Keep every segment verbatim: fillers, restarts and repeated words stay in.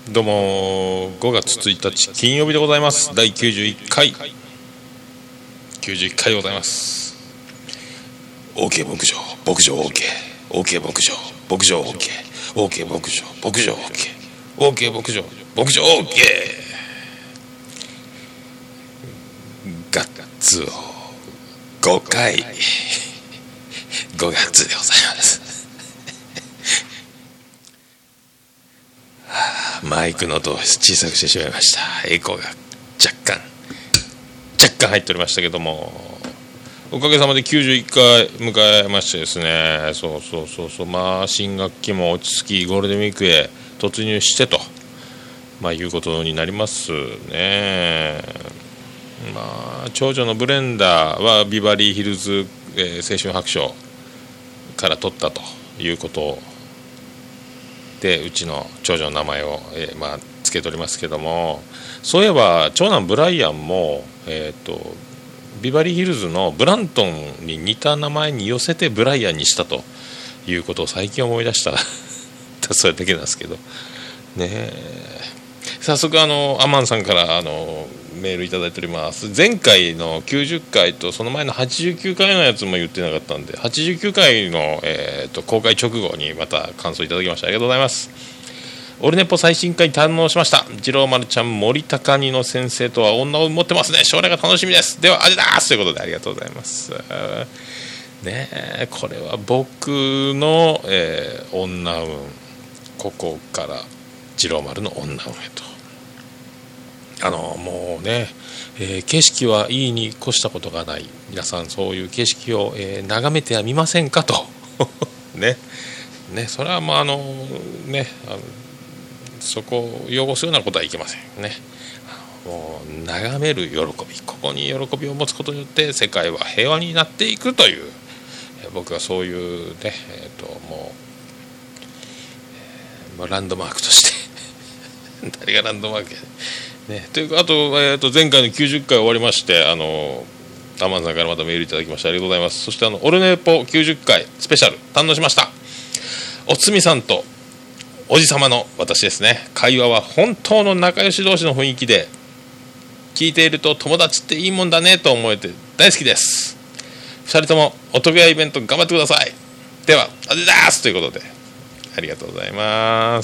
どうもごがつついたち金曜日でございます。だいきゅうじゅういっかいきゅうじゅういっかいでございます。 OK 牧場牧場 OK OK 牧場牧場 OK OK 牧場牧場 OK OK 牧場牧場 OK ガッツをごかいごがつでございます。マイクの音を小さくしてしまいました。エコーが若干若干入っておりましたけども、おかげさまできゅうじゅういっかい迎えましてですね、そうそうそうそう、まあ新学期も落ち着きゴールデンウィークへ突入してと、まあいうことになりますね。まあ長女のブレンダーはビバリーヒルズ、えー、青春白書から取ったということで、うちの長女の名前を、えーまあ、付けておりますけども、そういえば長男ブライアンも、えー、とビバリーヒルズのブラントンに似た名前に寄せてブライアンにしたということを最近思い出したそれだけなんですけどね。え早速あのアマンさんからあのメールいただいております。前回のきゅうじゅっかいとその前のはちじゅうきゅうかいのやつも言ってなかったんで、はちじゅうきゅうかいの、えー、と公開直後にまた感想いただきました。ありがとうございます。オルネポ最新回堪能しました。次郎丸ちゃん森高荷の先生とは女を持ってますね。将来が楽しみです。ではあれだーということでありがとうございますね。えこれは僕の、えー、女運、ここから次郎丸の女運へと、あのもうね、えー、景色はいいに越したことがない。皆さんそういう景色を、えー、眺めてはみませんかとねね、それはまああのねあのそこを汚すようなことはいけませんね。もう眺める喜び、ここに喜びを持つことによって世界は平和になっていくという、えー、僕はそういうね、えー、ともう、えー、ランドマークとして誰がランドマークやね、というかあと、えー、と前回のきゅうじゅっかい終わりまして、あのアマンさんからまたメールいただきましてありがとうございます。そしてあのオルネポきゅうじゅっかいスペシャル堪能しました。おつみさんとおじさまの私ですね。会話は本当の仲良し同士の雰囲気で、聞いていると友達っていいもんだねと思えて大好きです。ふたりともお得やイベント頑張ってください。ではありがとうございますということでありがとうございます。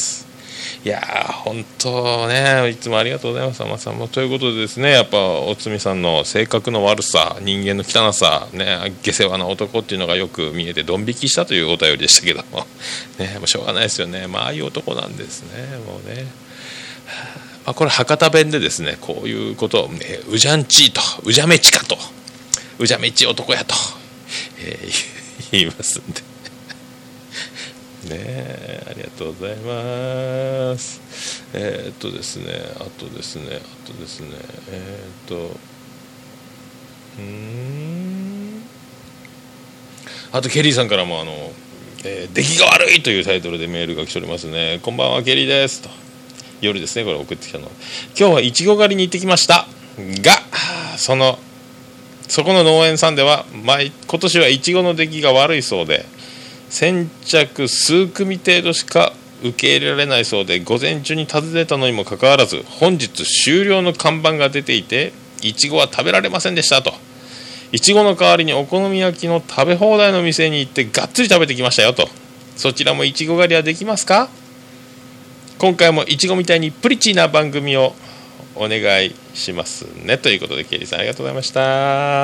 いやー本当ね、いつもありがとうございます。天さんもということでですね、やっぱおつみさんの性格の悪さ、人間の汚さね、下世話な男っていうのがよく見えてドン引きしたというお便りでしたけどもね、もうしょうがないですよね。まあああいう男なんですね。もうね、まあ、これ博多弁でですね、こういうことを、ね、うじゃんちーとうじゃめちかとうじゃめち男やと、えー、言いますんでねえ、ありがとうございます。えー、っとですねあとですねあとですねえー、っとうーんあとケリーさんからもあの、えー、出来が悪いというタイトルでメールが来ておりますね。こんばんはケリーですと、夜ですねこれ送ってきたの。今日はいちご狩りに行ってきましたが、そのそこの農園さんでは毎今年はいちごの出来が悪いそうで、先着数組程度しか受け入れられないそうで、午前中に訪ねたのにもかかわらず本日終了の看板が出ていて、いちごは食べられませんでしたと。いちごの代わりにお好み焼きの食べ放題の店に行ってがっつり食べてきましたよと。そちらもいちご狩りはできますか。今回もいちごみたいにプリチーな番組をお願いしますねということで、ケリーさんありがとうございました。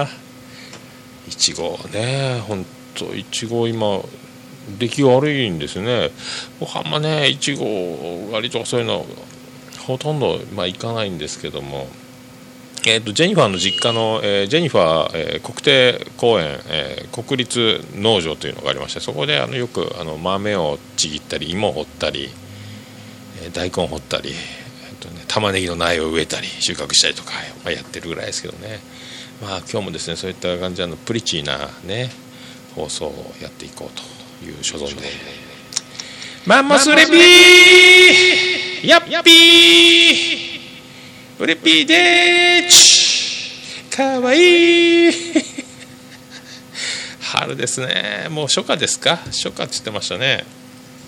いちごね、ほんといちご今出来が悪いんですよね。僕あんまねいちご割とそういうのほとんどまあいかないんですけども、えー、とジェニファーの実家の、えー、ジェニファー、えー、国定公園、えー、国立農場というのがありまして、そこであのよくあの豆をちぎったり芋を掘ったり、えー、大根を掘ったり、えーとね、玉ねぎの苗を植えたり収穫したりとか、まあ、やってるぐらいですけどね。まあ今日もですねそういった感じのプリチーなね放送をやっていこうという所存で、マンモスレピーヤッピーウレピーでーちかわいい春ですね。もう初夏ですか。初夏って言ってましたね。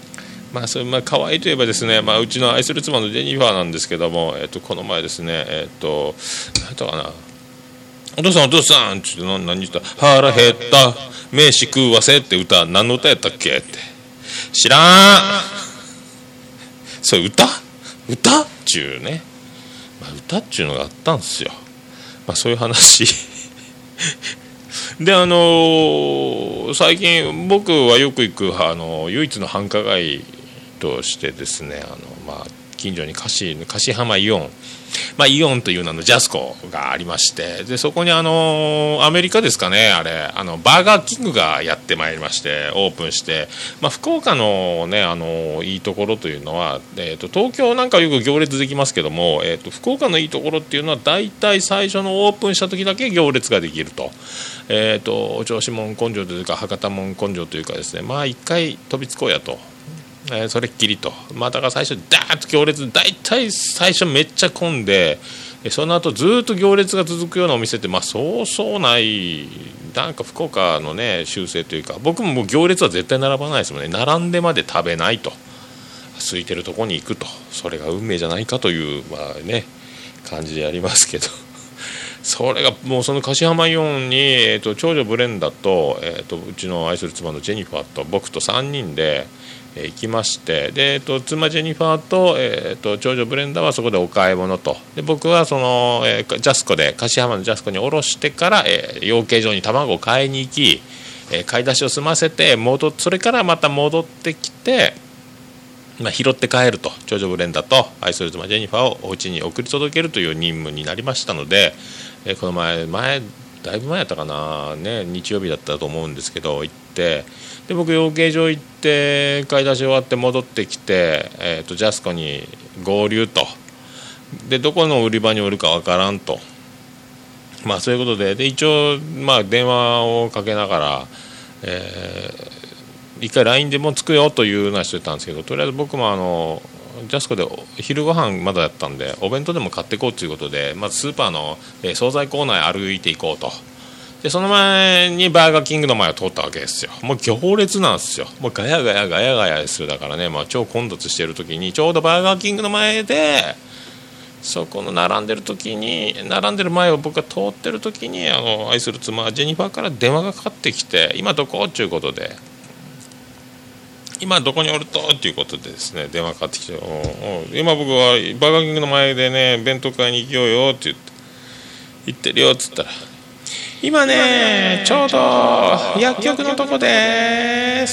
まあそれまあ可愛いといえばですね、まあ、うちの愛する妻のジェニファーなんですけども、えー、とこの前ですね、えっ、ー、と何だったかな、お父さんお父さんちょっと何何言った腹減った飯食うわせって歌何の歌やったっけって知らんそれ歌歌っちゅうね、まあ、歌っちゅうのがあったんですよ。まあそういう話であのー、最近僕はよく行くあの唯一の繁華街としてですね、あの、まあ、近所に樫浜イオン、まあ、イオンという名のジャスコがありまして、でそこにあのアメリカですかね、あれあのバーガーキングがやってまいりましてオープンして、まあ、福岡のねあのいいところというのは、えーと、東京なんかよく行列できますけども、えーと、福岡のいいところっていうのは大体最初のオープンした時だけ行列ができると、えーと、お調子もん根性というか博多もん根性というかですね、まあ一回飛びつこうやと、えー、それっきりと、まあ、だから最初ダーッと行列大体最初めっちゃ混んで、その後ずっと行列が続くようなお店って、まあ、そうそうないなんか福岡のね習性というか、僕ももう行列は絶対並ばないですもんね。並んでまで食べないと、空いてるとこに行くと、それが運命じゃないかという、まあね、感じでやりますけどそれがもうその樫浜イオンに、えー、と長女ブレンダと、えー、とうちの愛する妻のジェニファーと僕とさんにんで行きまして、で、えー、と妻ジェニファーと、えー、と長女ブレンダはそこでお買い物と、で僕はその、えー、ジャスコで樫浜のジャスコに降ろしてから、えー、養鶏場に卵を買いに行き、えー、買い出しを済ませて戻っそれからまた戻ってきて、まあ、拾って帰ると、長女ブレンダと愛する妻ジェニファーをお家に送り届けるという任務になりましたので、えー、この前前だいぶ前やったかな、ね、日曜日だったと思うんですけど行って、で僕養鶏場行って買い出し終わって戻ってきて、えー、とジャスコに合流と、でどこの売り場に売るかわからんと、まあそういうことで、で一応まあ電話をかけながら、えー、一回 ライン でもつくよというような人いたんですけど、とりあえず僕もあのジャスコで昼ご飯まだやったんでお弁当でも買っていこうということで、まずスーパーの、えー、惣菜コーナーへ歩いていこうと。でその前にバーガーキングの前を通ったわけですよ。もう行列なんですよ。もうガヤガヤガヤガヤですよ。だからね、まあ、超混雑している時にちょうどバーガーキングの前で、そこの並んでる時に並んでる前を僕が通ってる時に、あの愛する妻ジェニファーから電話がかかってきて、今どこっていうことで、今どこにおるとっていうことでですね、電話かかってきて、おお今僕はバーガーキングの前でね弁当買いに行きようよって言って行ってるよっつったら、今ねちょうど薬局のとこです。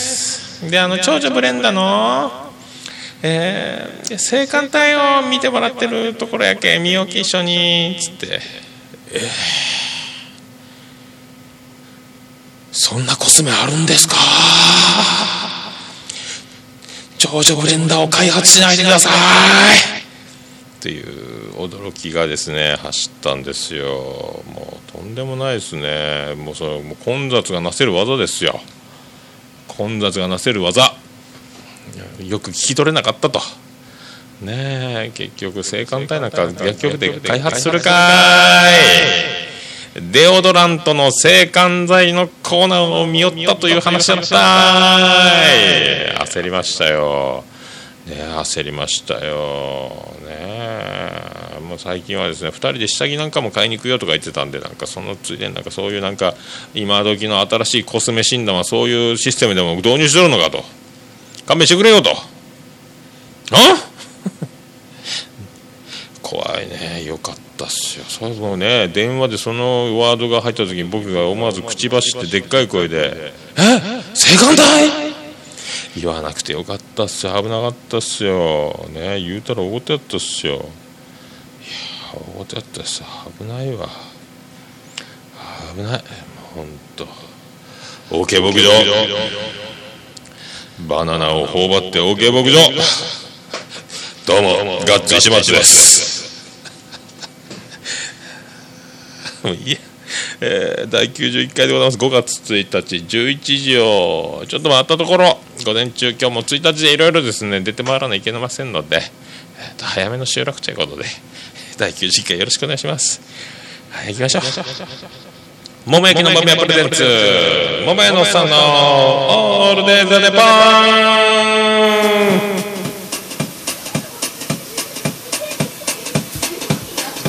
であの長女ブレンダの、えー、青函隊を見てもらってるところやけ見ようき一緒につって、えー、そんなコスメあるんですか、長女ブレンダーを開発しないでくださいっていう驚きがですね走ったんですよ。もうとんでもないですね。もうそれもう混雑がなせる技ですよ。混雑がなせる技、よく聞き取れなかったとねえ、結局青函隊なんか薬局で開発するかい。デオドラントの制汗剤のコーナーを見よったという話だったい。焦りましたよ、ね、焦りましたよね。もう最近はですねふたりで下着なんかも買いに行くよとか言ってたんで、なんかそのついでになんかそういうなんか今時の新しいコスメ診断はそういうシステムでも導入してるのかと、勘弁してくれよと。あ怖いね。よかったっすよ。それもね電話でそのワードが入った時に僕が思わず口走ってでっかい声で「え青函隊?」言わなくてよかったっすよ。危なかったっすよね。言うたら大手やったっすよ。いや大手やったっす。危ないわ危ない。ほんと OK 牧場バナナを頬張って OK 牧場どうもガッツ石松ですいや、えー、だいきゅうじゅういっかいでございます。ごがつついたちじゅういちじをちょっと回ったところ、午前中今日もついたちでいろいろですね出て回らないといけませんので、えー、早めの収録ということでだいきゅうじゅういっかいよろしくお願いします。はい、行きましょう。桃焼きの豆屋プレゼンツ桃屋のさんのオールデイズ・ザ・ネポン。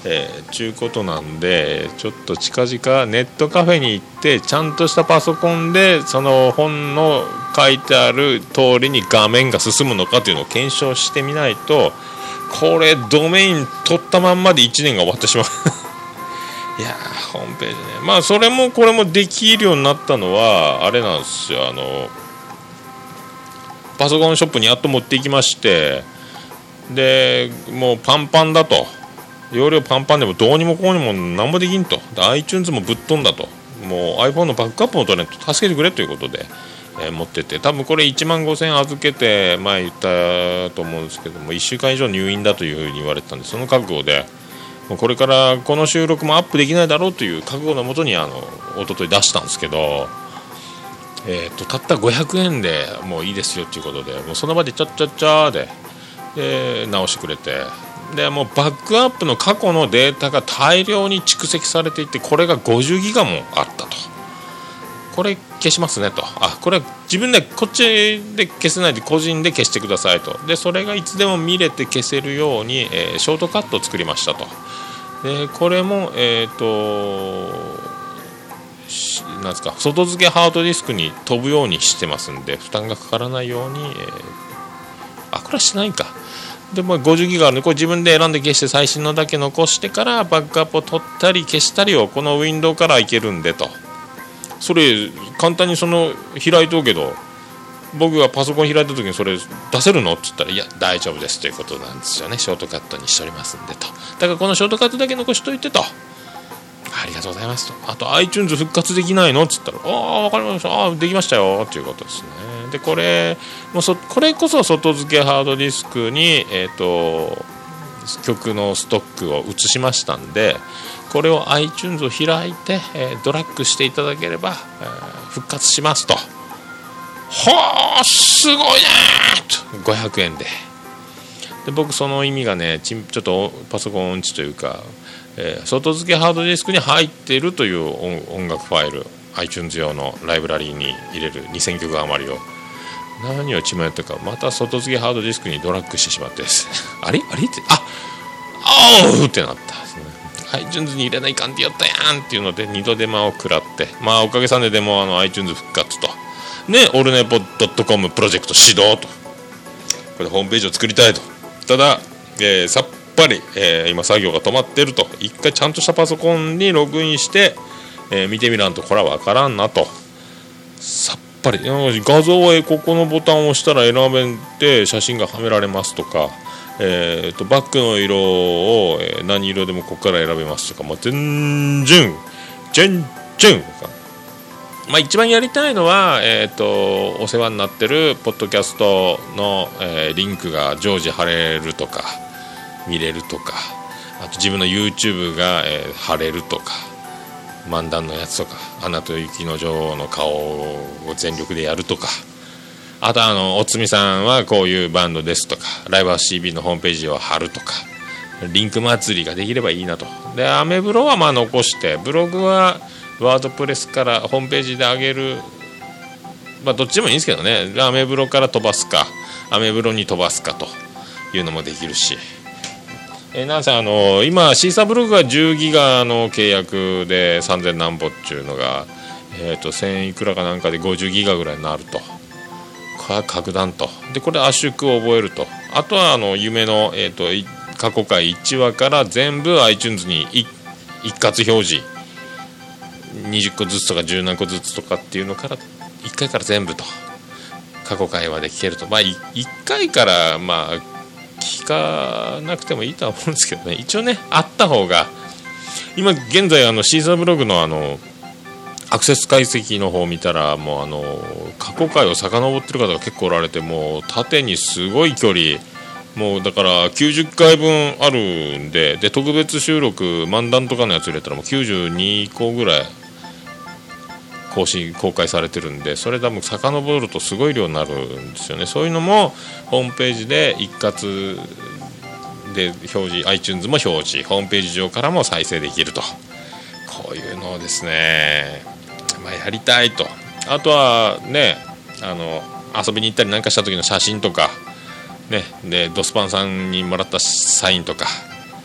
えー、ちゅうことなんで、ちょっと近々ネットカフェに行ってちゃんとしたパソコンでその本の書いてある通りに画面が進むのかというのを検証してみないと、これドメイン取ったまんまでいちねんが終わってしまういやー、ホームページね、まあそれもこれもできるようになったのはあれなんですよ、あのパソコンショップにやっと持っていきまして、でもうパンパンだと、容量パンパンでもどうにもこうにも何もできんと、で iTunes もぶっ飛んだと、もう iPhone のバックアップも取れんと、助けてくれということで、えー、持ってて、多分これいちまんごせんえん預けて前言ったと思うんですけども、いっしゅうかん以上入院だというふうに言われてたんで、その覚悟でもうこれからこの収録もアップできないだろうという覚悟のもとにあの一昨日出したんですけど、えー、とたったごひゃくえんでもういいですよということで、もうその場でチャッチャッチャーで、で直してくれて、でもうバックアップの過去のデータが大量に蓄積されていて、これがごじゅうギガもあったと、これ消しますねと、あこれ自分でこっちで消せないで個人で消してくださいと、でそれがいつでも見れて消せるように、えー、ショートカットを作りましたと、でこれもえっ、ー、となんですか、外付けハードディスクに飛ぶようにしてますんで、負担がかからないように、えー、あこれはしないか、でもごじゅうギガあるので、これ自分で選んで消して最新のだけ残してからバックアップを取ったり消したりをこのウィンドウからいけるんでと、それ簡単にその開いとうけど、僕がパソコン開いた時にそれ出せるのって言ったら、いや大丈夫ですということなんですよね、ショートカットにしておりますんでと、だからこのショートカットだけ残しといてと、ありがとうございますと、あと iTunes 復活できないのって言ったら、ああ分かりました、ああできましたよということですね。でこれもうそこれこそ外付けハードディスクに、えー、と曲のストックを移しましたんで、これを iTunes を開いて、えー、ドラッグしていただければ、えー、復活しますと、はあすごいねーとごひゃくえんで、で僕その意味がね、ちょっとパソコン音痴というか、えー、外付けハードディスクに入っているという音、音楽ファイル iTunes 用のライブラリーに入れるにせんきょく余りを、何をちまやったか、また外付けハードディスクにドラッグしてしまってですねあれあれって、ああーってなったですね、iTunes に入れないかんってやったやんっていうのでにど手間を食らって、まあおかげさんででもあの iTunes 復活とね、オルネポ .com プロジェクト始動と、これホームページを作りたいと、ただ、えー、さっぱり、えー、今作業が止まってると、一回ちゃんとしたパソコンにログインして、えー、見てみらんとこれは分からんなと、さっぱり画像はここのボタンを押したら選べて写真がはめられますとか、えー、とバックの色を、えー、何色でもここから選べますとか、まあ、全然全然まあ、一番やりたいのは、えー、とお世話になってるポッドキャストの、えー、リンクが常時貼れるとか見れるとか、あと自分の YouTube が、えー、貼れるとか、漫談のやつとか、アナと雪の女王の顔を全力でやるとか、あとあのおつみさんはこういうバンドですとか、ライブ シービー のホームページを貼るとか、リンク祭りができればいいなと。でアメブロはまあ残して、ブログはワードプレスからホームページで上げる、まあどっちでもいいんですけどね、アメブロから飛ばすかアメブロに飛ばすかというのもできるし、えー、なんせあの今シーサーブログがじゅうギガの契約でさんぜんなんぼっていうのが、えー、とせんいくらかなんかでごじゅうギガぐらいになると、これは格段と。でこれ圧縮を覚えると、あとはあの夢の、えー、と過去回いちわから全部 iTunes に一括表示にじゅっこずつとかじゅうなんこずつとかっていうのからいっかいから全部と過去回話で聞けると、まあいっかいからまあ聞かなくてもいいとは思うんですけどね、一応ねあった方が、今現在あのシーサーブログのあのアクセス解析の方を見たら、もうあの過去回を遡ってる方が結構おられて、もう縦にすごい距離、もうだからきゅうじゅっかいぶんあるんで、で特別収録漫談とかのやつ入れたらもうきゅうじゅうにこぐらい更新公開されてるんで、それ多分遡るとすごい量になるんですよね。そういうのもホームページで一括で表示、 iTunes も表示、ホームページ上からも再生できると、こういうのをですね、まあ、やりたいと。あとはね、あの遊びに行ったりなんかした時の写真とかね、でドスパンさんにもらったサインとか、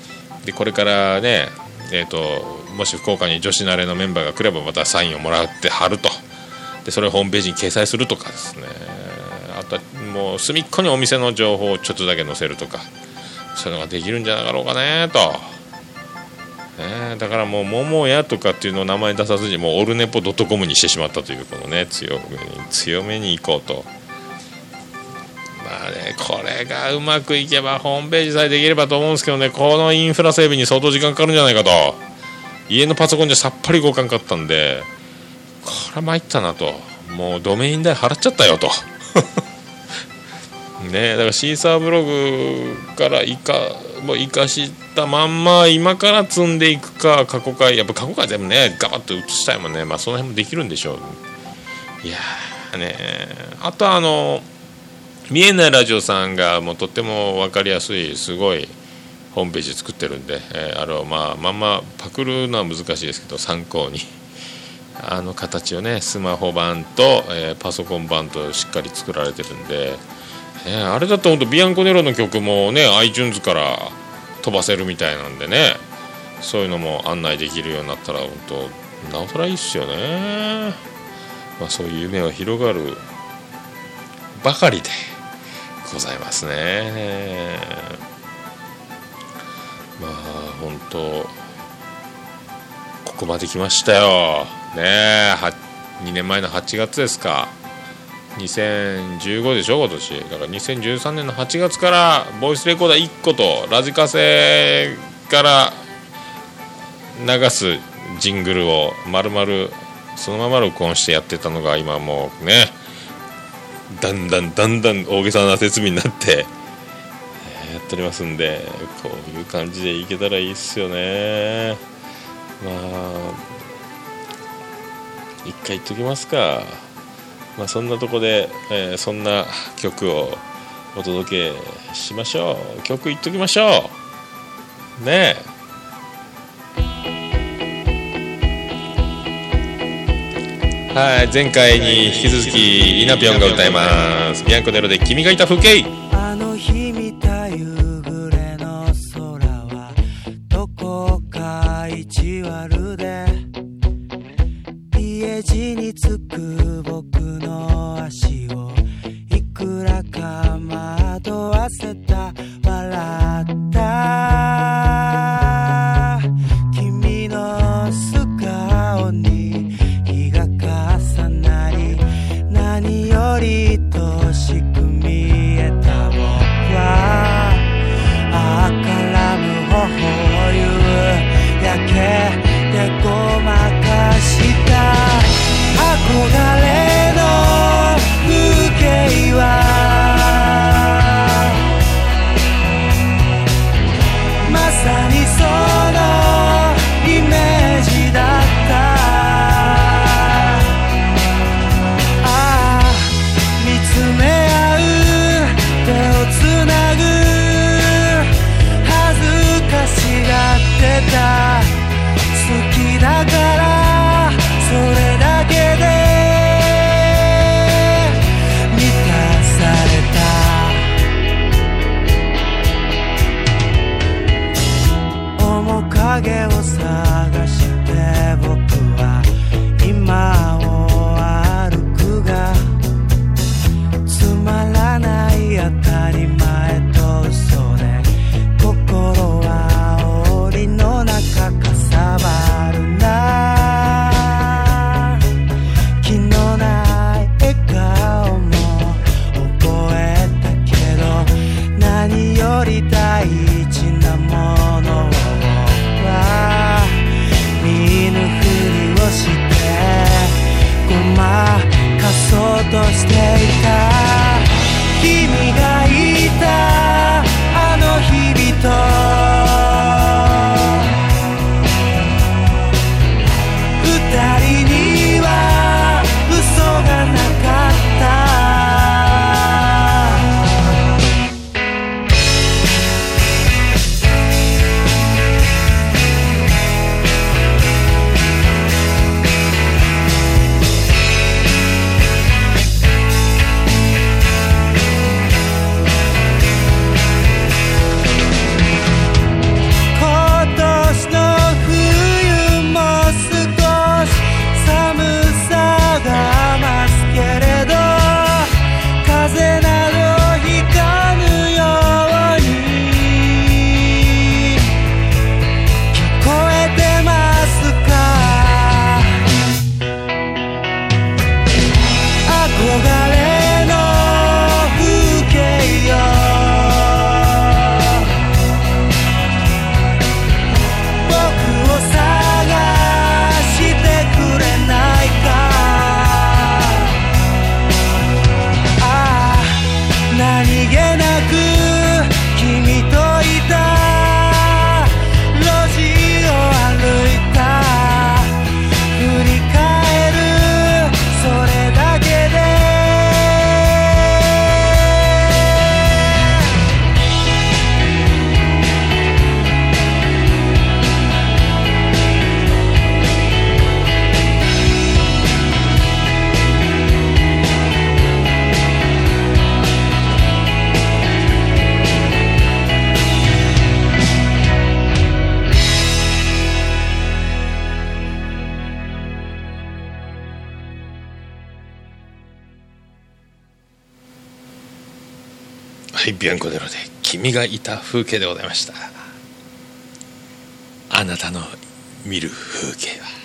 でこれからね、えー、ともし福岡に女子慣れのメンバーが来ればまたサインをもらって貼ると、でそれをホームページに掲載するとかですね、あとはもう隅っこにお店の情報をちょっとだけ載せるとか、そういうのができるんじゃなかろうかねと、ね、だからもう桃屋とかっていうのを名前出さずにもうオルネポ .com にしてしまったというこのね、強めに強めに行こうと。まあね、これがうまくいけばホームページさえできればと思うんですけどね、このインフラ整備に相当時間かかるんじゃないかと。家のパソコンじゃさっぱり動かんかったんで、これは参ったなと。もうドメイン代払っちゃったよとね、だからシーサーブログからいかもう生かしたまんま今から積んでいくか、過去回やっぱ過去回全部ねガバッと移したいもんね。まあその辺もできるんでしょう。いやーね、あとはあの見えないラジオさんがもうとっても分かりやすいすごいホームページ作ってるんで、えー、あれをまあまんまパクるのは難しいですけど参考にあの形をねスマホ版と、えー、パソコン版としっかり作られてるんで、えー、あれだと本当ビアンコネロの曲もね iTunes から飛ばせるみたいなんでね、そういうのも案内できるようになったら本当なおさらいいっすよね。まあ、そういう夢は広がるばかりでございますね。まあ本当ここまで来ましたよね。にねんまえのはちがつですか、にせんじゅうごでしょ今年だから。にせんじゅうさんねんのはちがつからボイスレコーダーいっことラジカセから流すジングルを丸々そのまま録音してやってたのが今もうねだんだんだんだん大げさな設備になってやっておりますんで、こういう感じでいけたらいいっすよね。まあ一回言っときますか。まあそんなとこで、えー、そんな曲をお届けしましょう。曲言っときましょうねえ。はい、前回に引き続きイナピョンが歌います。ビアンコネロで君がいた風景。 あの日見た夕暮れの空はどこか意地悪で、家路につく僕の足をいくらか惑わせた。笑った君の素顔に日が重なり、何より愛しく見えた僕は赤らむ頬を夕焼けでごまかした憧れの風景はまさにそのイメージだった。好きだからそれだけで満たされた。面影を探して僕は今を歩くが、つまらない当たり前と嘘で心は檻の中かさばるな。気のない笑顔も覚えたけど、何より大事なものを僕は見ぬふりをしてごまかそうとしていた。君がいたあの日々とはい、ビアンコネロで君がいた風景でございました。あなたの見る風景は。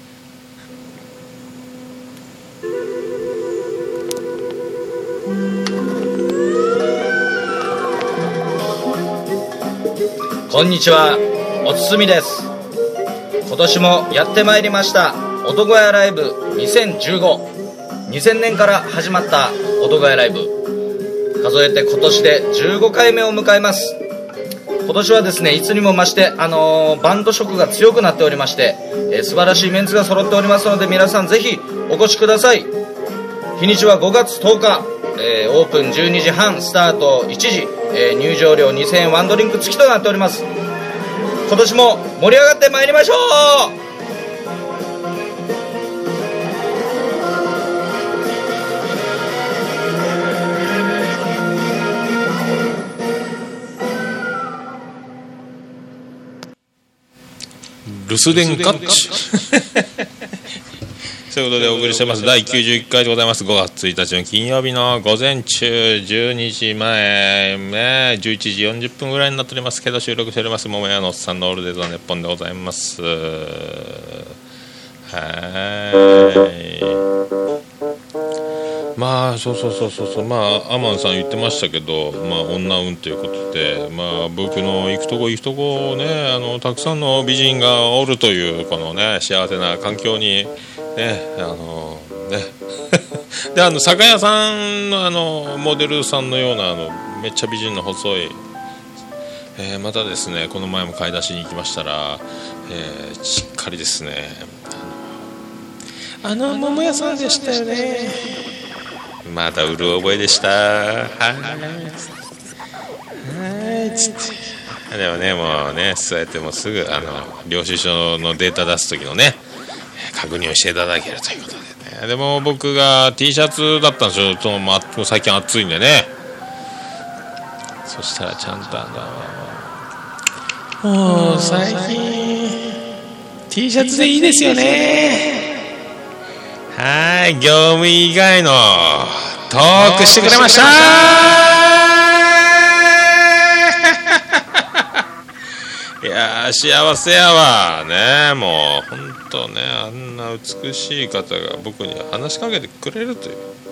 こんにちは、おつすみです。今年もやってまいりました男屋ライブにせんじゅうご。にせんねんから始まった男屋ライブ、数えて今年でじゅうごかいめを迎えます。今年はですね、いつにも増して、あのー、バンド色が強くなっておりまして、えー、素晴らしいメンツが揃っておりますので、皆さんぜひお越しください。日にちはごがつとおか、えー、オープンじゅうにじはん、スタートいちじ、えー、入場料にせんえん、ワンドリンク付きとなっております。今年も盛り上がってまいりましょう。 留守電カッチということでお送りしてますだいきゅうじゅういっかいでございます。ごがつついたちの金曜日の午前中じゅうにじまえ、ね、じゅういちじよんじゅっぷんぐらいになっておりますけど、収録しております桃屋のおっさんのオールデイズ・ザ・ネッポンでございます。はい、まあそうそうそうそうそう、まあアマンさん言ってましたけど、まあ女運ということで、まあ僕の行くとこ行くとこね、あのたくさんの美人がおるというこのね幸せな環境にね、あのねで、あの酒屋さんのあのモデルさんのようなあのめっちゃ美人の細い、えー、またですね、この前も買い出しに行きましたら、えー、しっかりですね、あの、あの桃屋さんでしたよね。まだうる覚えでした。はいつってでもね、もうね、そうやってもうすぐあの領収書のデータ出す時のね確認をしていただけるということでね。でも僕が T シャツだったんですよ。その、ま、最近暑いんでね。そしたらちゃんとあのもう最近 T シャツでいいですよね。はい、業務以外のトークしてくれましたいやー幸せやわね。もう本当ね、あんな美しい方が僕に話しかけてくれるという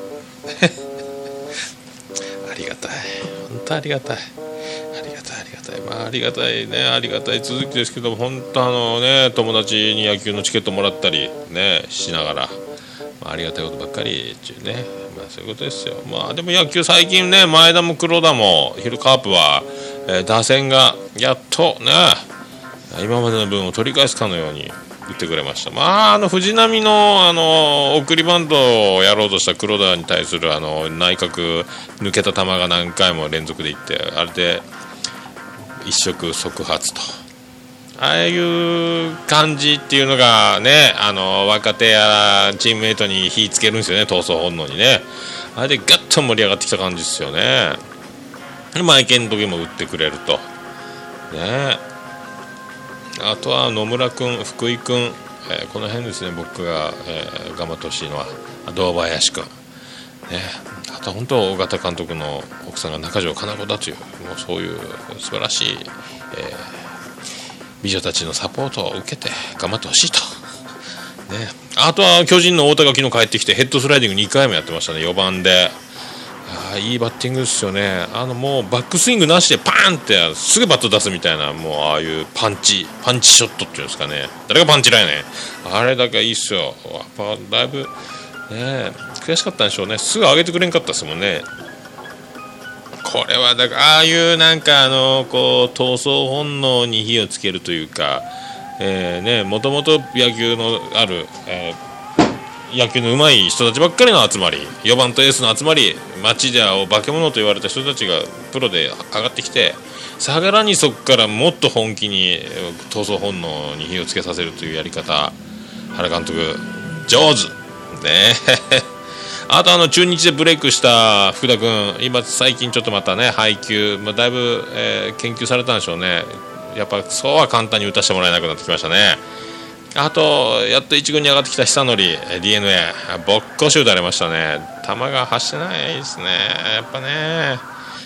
ありがたい、本当ありがたい、ありがたいありがたい、まあありがたいね、ありがたい続きですけど、本当あのね、友達に野球のチケットもらったりねしながら、まあ、ありがたいことばっかりっていうね、まあそういうことですよ。まあでも野球最近ね、前田も黒田もヒルカープは、えー、打線がやっとね今までの分を取り返すかのように打ってくれました。まああの藤浪のあの送りバントをやろうとした黒田に対するあの内角抜けた球が何回も連続でいって、あれで一触即発と、ああいう感じっていうのがね、あの若手やチームメイトに火つけるんですよね、闘争本能にね。あれでガッと盛り上がってきた感じですよね。マイケンの時も打ってくれるとね。あとは野村君、福井君、えー、この辺ですね、僕が、えー、頑張ってほしいのは堂林君、ね、あとは本当尾形監督の奥さんが中条かな子だという、もうそういう素晴らしい、えー、美女たちのサポートを受けて頑張ってほしいと、ね、あとは巨人の太田が昨日帰ってきてヘッドスライディングにかいもやってましたね、よばんで。あ、いいバッティングですよね。あのもうバックスイングなしでパーンってすぐバット出すみたいな、もうああいうパンチパンチショットっていうんですかね、誰がパンチラやねん、あれだけいいっすよ。やっぱだいぶね悔しかったんでしょうね、すぐ上げてくれんかったですもんね。これはだからああいうなんかあのこう闘争本能に火をつけるというか、えーね、もともと野球のある、えー野球の上手い人たちばっかりの集まり、よばんとエースの集まり、街では化け物と言われた人たちがプロで上がってきて、さらにそこからもっと本気に闘争本能に火をつけさせるというやり方、原監督上手ねあとあの中日でブレイクした福田君、今最近ちょっとまたね配球、まあ、だいぶ、えー、研究されたんでしょうね。やっぱそうは簡単に打たせてもらえなくなってきましたね。あとやっと一軍に上がってきた久典 ディーエヌエー ぼっこし打たれましたね。球が走ってないですね、やっぱね。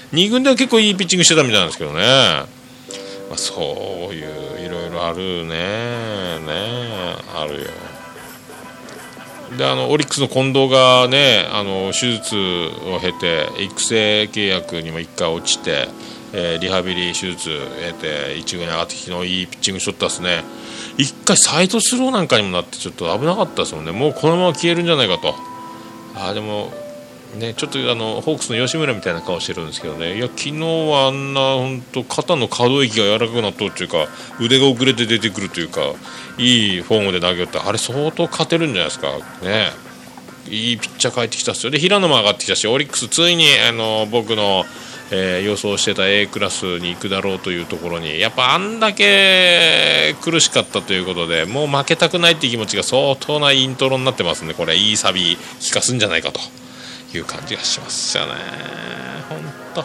に軍では結構いいピッチングしてたみたいなんですけどね、まあ、そういういろいろあるねねあるよ。であのオリックスの近藤がねあの手術を経て育成契約にもいっかい落ちて、えー、リハビリ手術を経て一軍に上がってきてのいいピッチングしとったですね。一回サイドスローなんかにもなってちょっと危なかったですもんね。もうこのまま消えるんじゃないかと。あでもねちょっとあのホークスの吉村みたいな顔してるんですけどね、いや昨日はあんな本当肩の可動域が柔らかくなっとるというか腕が遅れて出てくるというかいいフォームで投げよってあれ相当勝てるんじゃないですかね。いいピッチャー帰ってきたっすよ。で平野も上がってきたしオリックスついにあの僕の、えー、予想してた A クラスに行くだろうというところにやっぱあんだけ苦しかったということでもう負けたくないっていう気持ちが相当なイントロになってますんでこれいいサビ効かすんじゃないかという感じがしますよね。ほんと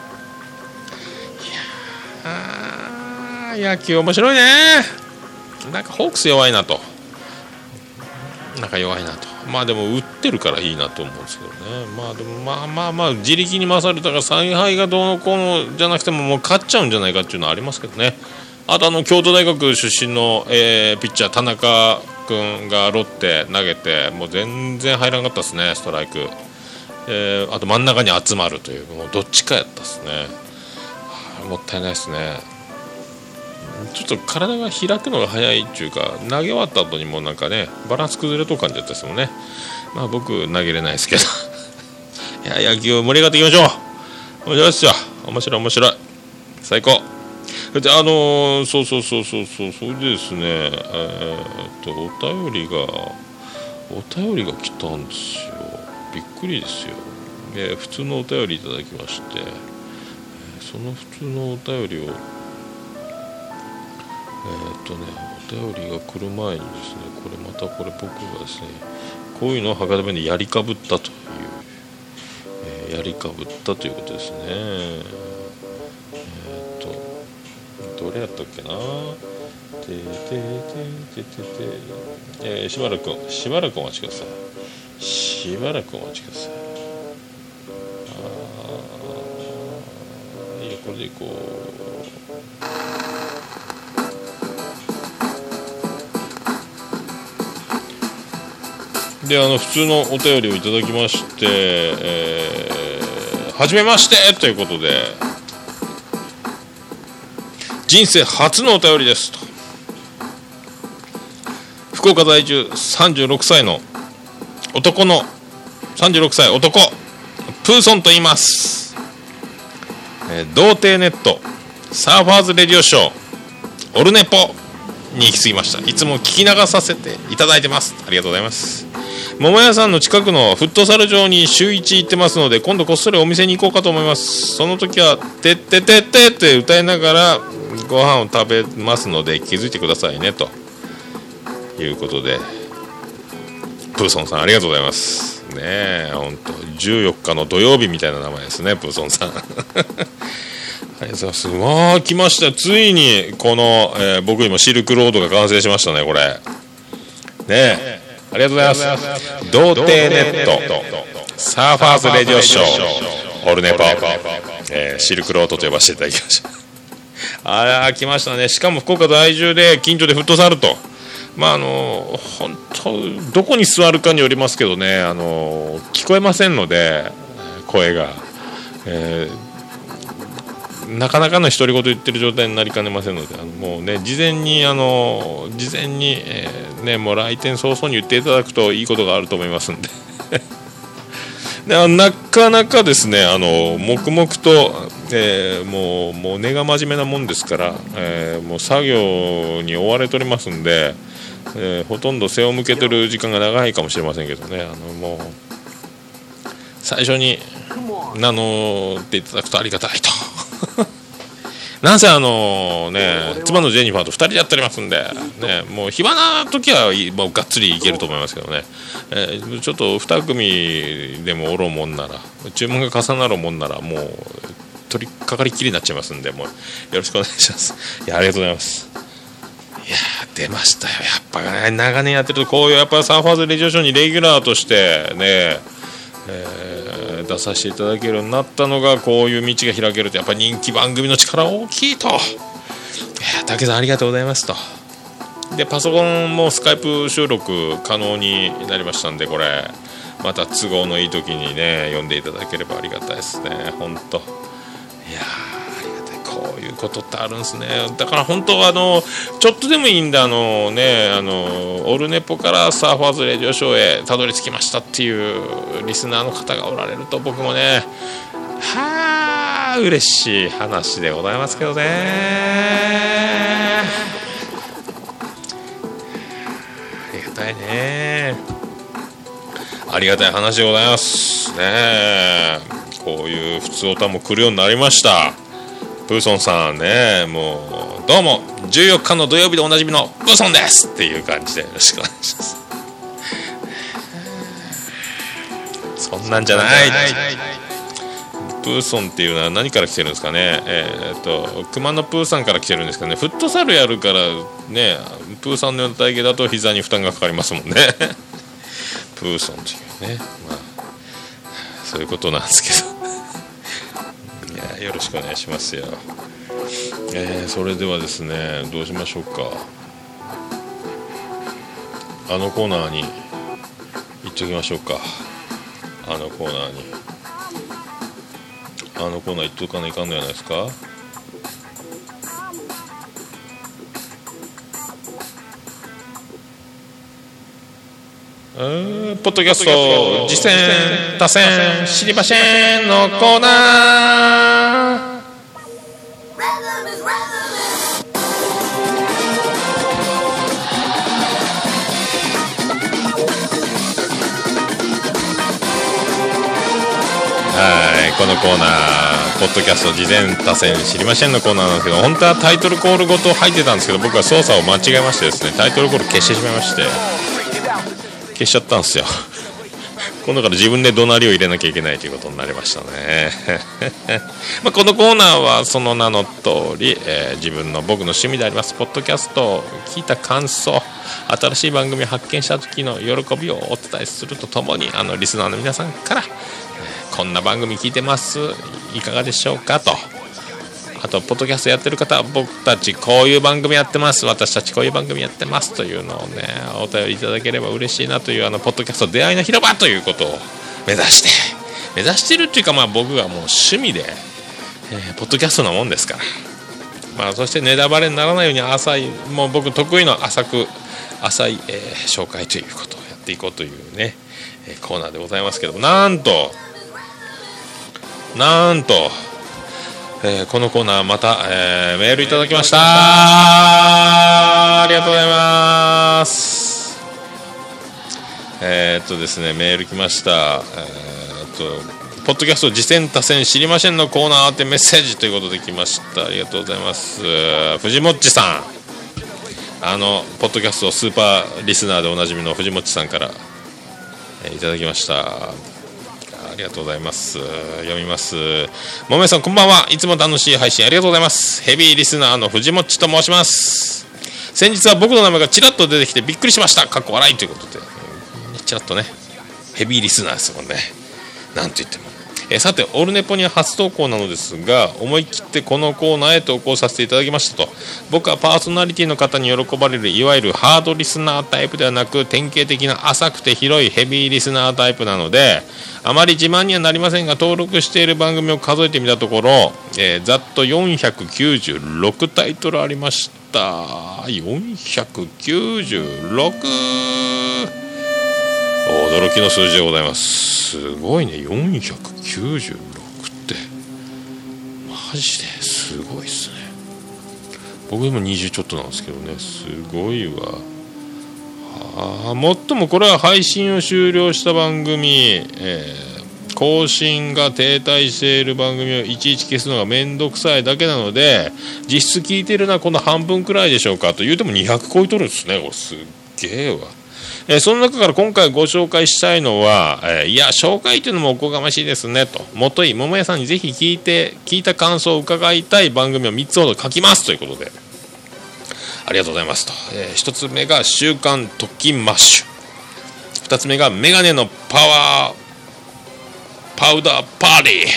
いや野球面白いね。なんかホークス弱いなとなんか弱いなとまあでも打ってるからいいなと思うんですけどね。まあでもまあまあまあ自力に勝されたから采配がどうのこうのじゃなくてももう勝っちゃうんじゃないかっていうのはありますけどね。あとあの京都大学出身の、えー、ピッチャー田中君がロッテ投げてもう全然入らなかったですねストライク、えー、あと真ん中に集まるというもうどっちかやったですね。もったいないですね。ちょっと体が開くのが早いっていうか投げ終わった後にもうなんかねバランス崩れと感じだったですもんね。まあ僕投げれないですけどいや野球盛り上がっていきましょう。面白いっすよ。面白い面白い最高であのー、そうそうそうそうそうそれでですねえー、っとお便りがお便りが来たんですよ。びっくりですよ。で普通のお便りいただきましてその普通のお便りをえーっとね、お便りが来る前にですねこれまたこれ僕がですねこういうのを博多弁でやりかぶったという、えー、やりかぶったということですね。えーっとどれやったっけなてててててて、えー、しばらくしばらくお待ちくださいしばらくお待ちください。あいいよこれでいこう。であの普通のお便りをいただきまして、えー、はじめましてということで人生初のお便りですと。福岡在住さんじゅうろくさいの男のさんじゅうろくさい男プーソンと言います、えー、童貞ネットサーファーズレディオショーオルネポに行き過ぎました。いつも聞き流させていただいてます。ありがとうございます。桃屋さんの近くのフットサル場に週いち行ってますので今度こっそりお店に行こうかと思います。その時はてってってってって歌いながらご飯を食べますので気づいてくださいねということでプーソンさんありがとうございますね。えほんとじゅうよっかの土曜日みたいな名前ですねプーソンさんありがとうございます。わあ来ました。ついにこの、えー、僕にもシルクロードが完成しましたねこれねえありがとうございます。童貞ネットサーファーズレディオショーオルネポ、えー、シルクロードと呼ばせていただきましたあら来ましたね。しかも福岡在住で近所でフットサルとまああの本当どこに座るかによりますけどねあの聞こえませんので声が、えー、なかなかの独り言言ってる状態になりかねませんのであのもうね事前にあの事前に、えー、ねもう来店早々に言っていただくといいことがあると思いますんででなかなかですねあの黙々と、えー、もうもう根が真面目なもんですから、えー、もう作業に追われておりますんで、えー、ほとんど背を向けてる時間が長いかもしれませんけどねあのもう最初に名乗っていただくとありがたいとなんせあのね妻のジェニファーとふたりでやっておりますんで、ね、もう暇な時はもうがっつりいけると思いますけどね、えー、ちょっとに組でもおろうもんなら注文が重なるもんならもう取り掛かりっきりになっちゃいますんでもうよろしくお願いします。いやありがとうございます。いや出ましたよやっぱね長年やってるとこういうやっぱサーファーズレジオショーにレギュラーとしてね、えー、 出させていただけるようになったのが、こういう道が開けるとやっぱり人気番組の力大きいと。竹さんありがとうございますと。でパソコンもスカイプ収録可能になりましたんで、これまた都合のいい時にね読んでいただければありがたいですね。本当いやありがたい、こういうことってあるんですね。だから本当あのちょっとでもいいんで、あのねあのオルネポからサーファーズレディオショーへたどり着きましたっていうリスナーの方がおられると、僕もねはあ嬉しい話でございますけどね。ありがたいね、ありがたい話でございますね。こういう普通おたも来るようになりました。プーソンさんね、もうどうもじゅうよっかの土曜日でおなじみのプーソンですっていう感じでよろしくお願いします。そんなんじゃない、プーソンっていうのは何から来てるんですかね。えー、っと熊野プーさんから来てるんですかね。フットサルやるからね、プーさんのような体型だと膝に負担がかかりますもんねプーソンというね、まあそういうことなんですけどいやよろしくお願いしますよ。えー、それではですね、どうしましょうか。あのコーナーに行っておきましょうか。あのコーナーにあのコーナー行っとかないかんのじゃないですか。うーんポッドキャスト実践多戦知りませんのコーナー。はい、このコーナーポッドキャスト事前多戦知りませんのコーナーなんですけど、本当はタイトルコールごと入ってたんですけど、僕は操作を間違えましてですね、タイトルコール消してしまいまして消しちゃったんですよ今度から自分で怒鳴りを入れなきゃいけないということになりましたねまあこのコーナーはその名の通り、えー、自分の僕の趣味でありますポッドキャストを聞いた感想、新しい番組を発見した時の喜びをお伝えするとともに、あのリスナーの皆さんからこんな番組聞いてますいかがでしょうかと、あとポッドキャストやってる方は僕たちこういう番組やってます、私たちこういう番組やってますというのをねお便りいただければ嬉しいなという、あのポッドキャスト出会いの広場ということを目指して目指してるっていうか、まあ僕がもう趣味で、えー、ポッドキャストなもんですから、まあそしてネタバレにならないように浅い、もう僕得意の浅く浅い、えー、紹介ということをやっていこうというね、えー、コーナーでございますけども、なんとなんとえー、このコーナーまた、えー、メールいただきました。ありがとうございます。えー、っとですねメール来ました。えー、っとポッドキャスト実践多戦知りませんのコーナーってメッセージということで来ました。ありがとうございます。藤もっちさん、あのポッドキャストスーパーリスナーでおなじみの藤もっちさんから、えー、いただきました。ありがとうございます。読みます。もめさんこんばんは。いつも楽しい配信ありがとうございます。ヘビーリスナーの藤もっちと申します。先日は僕の名前がちらっと出てきてびっくりしました。かっこ笑いということで、ちらっとねヘビーリスナーですもんね、なんと言っても。えさてオルネポには初投稿なのですが、思い切ってこのコーナーへ投稿させていただきましたと。僕はパーソナリティの方に喜ばれるいわゆるハードリスナータイプではなく、典型的な浅くて広いヘビーリスナータイプなので、あまり自慢にはなりませんが、登録している番組を数えてみたところ、えー、ざっとよんひゃくきゅうじゅうろくタイトルありました。よんひゃくきゅうじゅうろく、驚きの数字でございます。すごいね、よんひゃくきゅうじゅうろくってマジですごいっすね。僕今にじゅうちょっとなんですけどね、すごいわ。あ、もっともこれは配信を終了した番組、えー、更新が停滞している番組をいちいち消すのがめんどくさいだけなので、実質聞いてるのはこの半分くらいでしょうかと言うてもにひゃく超えとるんですね。これすっげえわ。えー、その中から今回ご紹介したいのは、えー、いや紹介というのもおこがましいですねと、もとい桃屋さんにぜひ聞いて聞いた感想を伺いたい番組をみっつほど書きますということで、ありがとうございますと。えー、ひとつめが週刊特勤マッシュ、ふたつめがメガネのパワーパウダーパーティー、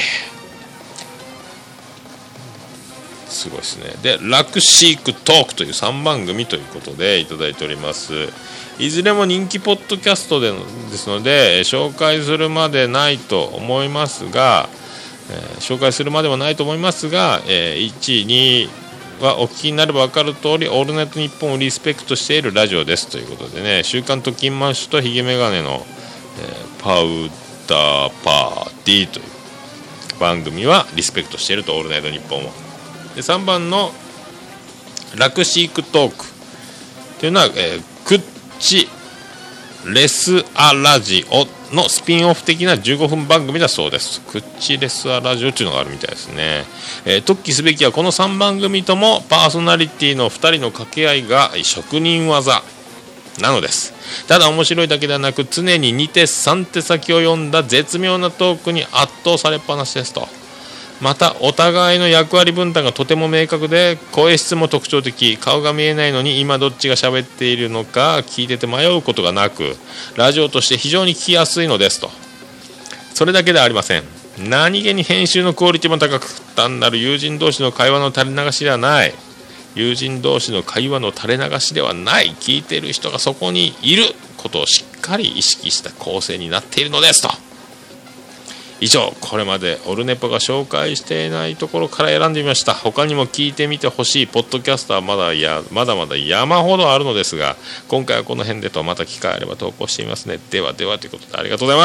すごいですね。でラクシークトークというさんばん組ということでいただいております。いずれも人気ポッドキャストでのですので紹介するまでないと思いますが、えー、紹介するまでもないと思いますが、えー、いちいにいはお聞きになれば分かる通りオールナイトニッポンをリスペクトしているラジオですということでね、週刊特勤マッシュとヒゲメガネの、えー、パウダーパーティーという番組はリスペクトしていると、オールナイトニッポンを。でさんばんのラクシークトークというのは、えー、クッチレスアラジオのスピンオフ的なじゅうごふん番組だそうです。クッチレスアラジオというのがあるみたいですね。えー、特記すべきはこのさんばん組ともパーソナリティのふたりの掛け合いが職人技なのです。ただ面白いだけではなく常にに手さん手先を読んだ絶妙なトークに圧倒されっぱなしですと。またお互いの役割分担がとても明確で声質も特徴的、顔が見えないのに今どっちが喋っているのか聞いてて迷うことがなくラジオとして非常に聞きやすいのですと。それだけではありません。何気に編集のクオリティも高く、単なる友人同士の会話の垂れ流しではない、友人同士の会話の垂れ流しではない、聞いている人がそこにいることをしっかり意識した構成になっているのですと。以上、これまでオルネポが紹介していないところから選んでみました。他にも聞いてみてほしいポッドキャストはまだやまだまだ山ほどあるのですが、今回はこの辺でと、また機会あれば投稿してみますね。ではではということでありがとうございます。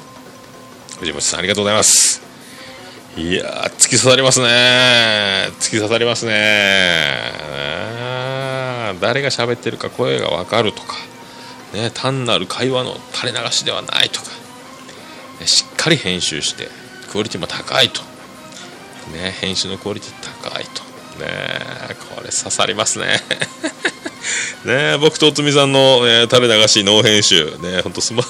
藤本さんありがとうございます。いやー突き刺さりますね、突き刺さりますね。誰が喋ってるか声が分かるとか、ね、単なる会話の垂れ流しではないとか、しっかり編集してクオリティも高いと、ね、編集のクオリティ高いと、ね、これ刺さりますねね、僕とおつみさんの、ね、垂れ流しノー編集ね、ほんとすま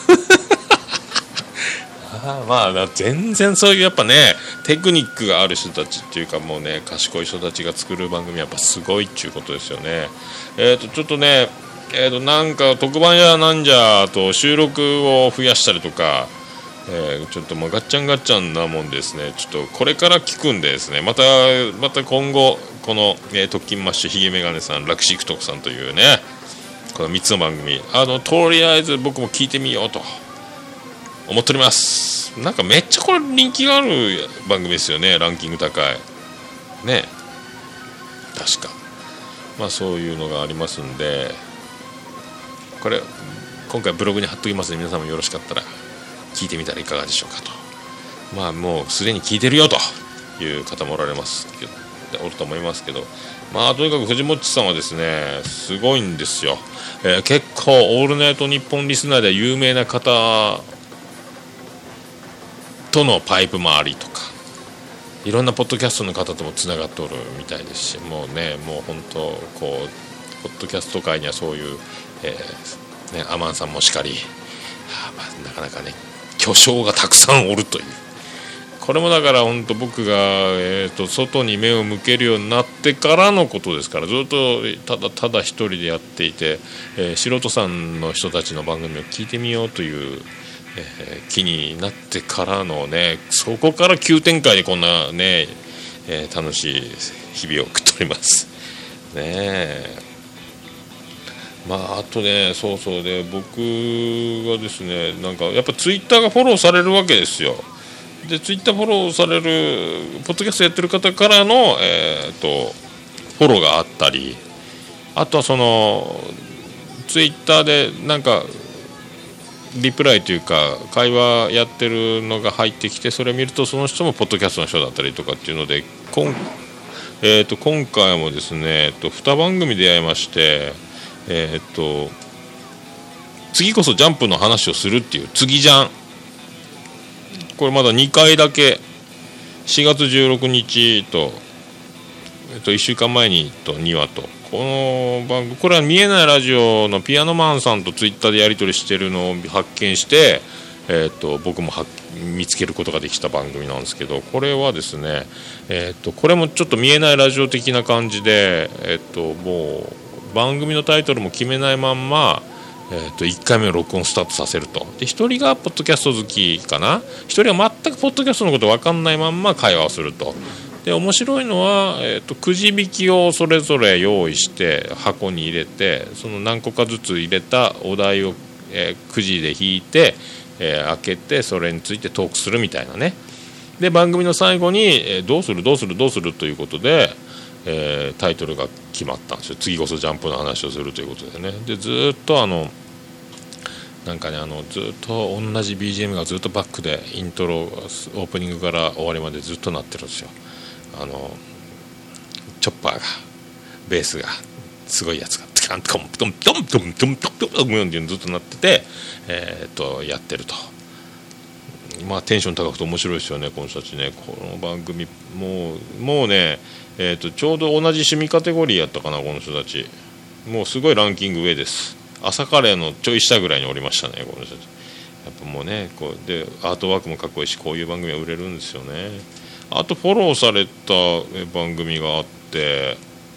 あまあ全然そういうやっぱねテクニックがある人たちっていうか、もうね賢い人たちが作る番組はやっぱすごいっていうことですよね。えーとちょっとねえーとなんか特番やなんじゃと収録を増やしたりとか、えー、ちょっともうガッチャンガッチャンなもんですね。ちょっとこれから聞くんでですね、またまた今後この、えー、特勤マッシュヒゲメガネさんラクシークトークさんというねこのみっつの番組、あのとりあえず僕も聞いてみようと思っております。なんかめっちゃこれ人気がある番組ですよね。ランキング高いね、確かまあそういうのがありますんで、これ今回ブログに貼っときますので、皆さんもよろしかったら聞いてみたらいかがでしょうかと。まあもうすでに聞いてるよという方もおられますけどおると思いますけど、まあとにかく藤本さんはですねすごいんですよ。えー、結構オールナイトニッポンリスナーで有名な方とのパイプもありとか、いろんなポッドキャストの方ともつながっておるみたいですし、もうねもう本当こうポッドキャスト界にはそういう、えーね、アマンさんもしかり、はあまあ、なかなかね巨匠がたくさんおるという、これもだから本当僕が、えー、と外に目を向けるようになってからのことですから、ずっとただただ一人でやっていて、えー、素人さんの人たちの番組を聞いてみようというえー、気になってからのね、そこから急展開でこんなね、えー、楽しい日々を送っておりますねえ。まああとねそうそうで僕がですねなんかやっぱツイッターがフォローされるわけですよ。でツイッターフォローされるポッドキャストやってる方からの、えー、とフォローがあったり、あとはそのツイッターでなんかリプライというか会話やってるのが入ってきて、それを見るとその人もポッドキャストの人だったりとかっていうので、こん、えー、と今回もですね、えー、とに番組出会いまして、えー、と次こそジャンプの話をするっていう次ジャン、これまだにかいだけしがつじゅうろくにちと、えー、といっしゅうかんまえにとにわと、この番組これは見えないラジオのピアノマンさんとツイッターでやり取りしてるのを発見して、えー、と僕も見つけることができた番組なんですけど、これはですね、えー、とこれもちょっと見えないラジオ的な感じで、えー、ともう番組のタイトルも決めないまんま、 えー、といっかいめの録音スタートさせると。でひとりがポッドキャスト好きかな、ひとりは全くポッドキャストのこと分かんないまんま会話をすると。で面白いのは、えー、とくじ引きをそれぞれ用意して箱に入れて、その何個かずつ入れたお題を、えー、くじで引いて、えー、開けてそれについてトークするみたいなね。で番組の最後に、えー、どうするどうするどうするということで、えー、タイトルが決まったんですよ。次こそジャンプの話をするということでね。でずっとあのなんかねあのずっと同じ ビージーエム がずっとバックでイントロオープニングから終わりまでずっと鳴ってるんですよ。あのチョッパーがベースがすごいやつがトントントントントントントントントントンってずっと鳴ってて、えー、っとやってると。まあテンション高くて面白いですよねこの人たちね。この番組もうもうね、えー、とちょうど同じ趣味カテゴリーやったかなこの人たち。もうすごいランキング上です。朝カレーのちょい下ぐらいにおりましたねこの人たち。やっぱもうねこうでアートワークもかっこいいし、こういう番組は売れるんですよね。あとフォローされた番組があって、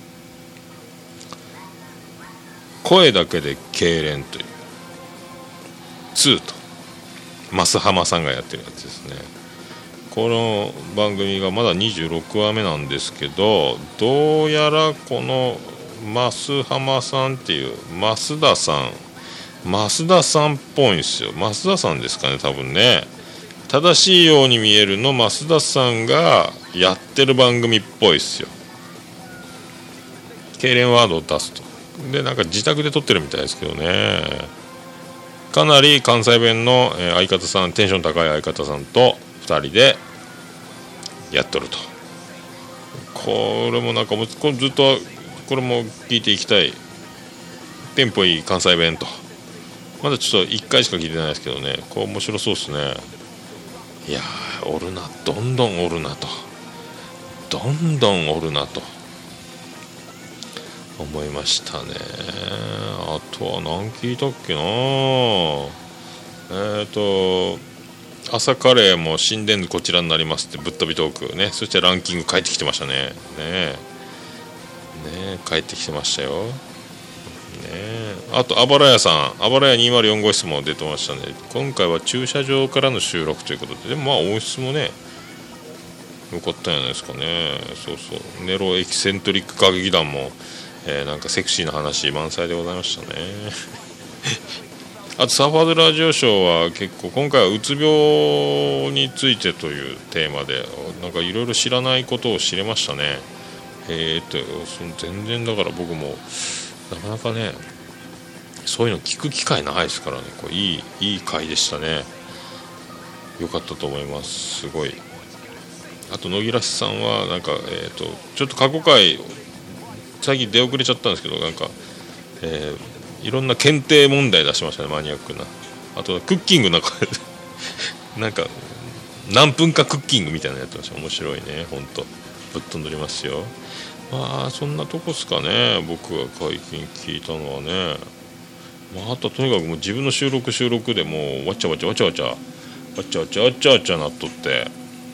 声だけで痙攣というにと増浜さんがやってるやつですね。この番組がまだにじゅうろくわめなんですけど、どうやらこの増浜さんっていう増田さん増田さんっぽいんですよ。増田さんですかね多分ね。正しいように見えるの増田さんがやってる番組っぽいですよ。痙攣ワードを出すと。でなんか自宅で撮ってるみたいですけどね。かなり関西弁の相方さん、テンション高い相方さんとふたりでやっとると。これもなんかもうこれずっとこれも聞いていきたいテンポいい関西弁と。まだちょっといっかいしか聞いてないですけどね、これ面白そうですね。いやーおるな、どんどんおるなとどんどんおるなと思いましたね。あとは何聞いたっけな。えっ、ー、と朝カレーも新電こちらになりますってぶっ飛びトークね。そしてランキング返ってきてましたね。ねえねえ帰ってきてましたよ。ねえあとあばらやさん、あばらやにひゃくよん号室も出てましたね。今回は駐車場からの収録ということで、でもまあ音質もねよかったんじゃないですかね。そうそうネロエキセントリック歌劇団もえー、なんかセクシーな話満載でございましたねあとサーファードラジオショーは結構今回はうつ病についてというテーマでなんかいろいろ知らないことを知れましたね。えー、っとその全然だから僕もなかなかねそういうの聞く機会ないですからね。これいいいい回でしたね。よかったと思います。すごい。あと野木らしさんはなんか、えー、っとちょっと過去回最近出遅れちゃったんですけどなんか、えー、いろんな検定問題出しましたね。マニアックな。あとクッキングなんかなんか何分かクッキングみたいなのやってました。面白いねほんとぶっ飛んでおりますよ。まあそんなとこっすかね僕が最近聞いたのはね。まあ、あととにかくもう自分の収録収録でもうわちゃわちゃわちゃわちゃわちゃわちゃわちゃわちゃなっとって、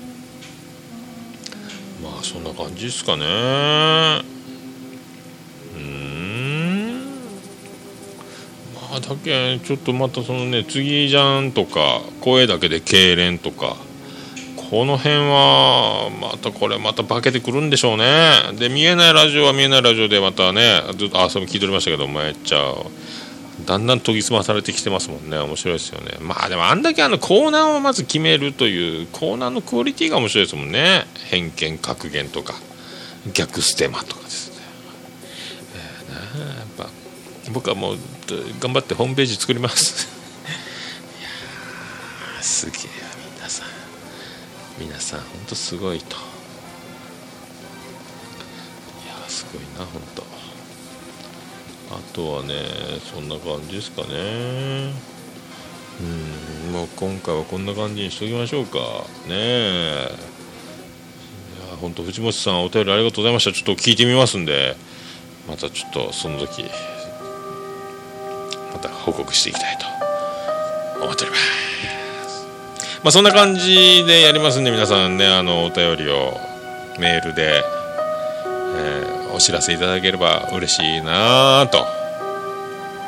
まあそんな感じですかね。うーんまあだけちょっとまたそのね次じゃんとか声だけで痙攣とかこの辺はまたこれまた化けてくるんでしょうね。で見えないラジオは見えないラジオでまたねずっとあそれも聞いておりましたけどめっちゃだんだん研ぎ澄まされてきてますもんね。面白いですよね。まあでもあんだけあのコーナーをまず決めるというコーナーのクオリティが面白いですもんね。偏見格言とか逆ステマとかですね、えー、なやっぱ僕はもう頑張ってホームページ作りますいやーすげえ皆さん皆さん本当すごいと。いやーすごいな本当。あとはねそんな感じですかね。うんもう今回はこんな感じにしときましょうかね。えいや本当藤本さんお便りありがとうございました。ちょっと聞いてみますんでまたちょっとその時また報告していきたいと思っております。まあそんな感じでやりますんで皆さんねあのお便りをメールで、えーお知らせいただければ嬉しいなと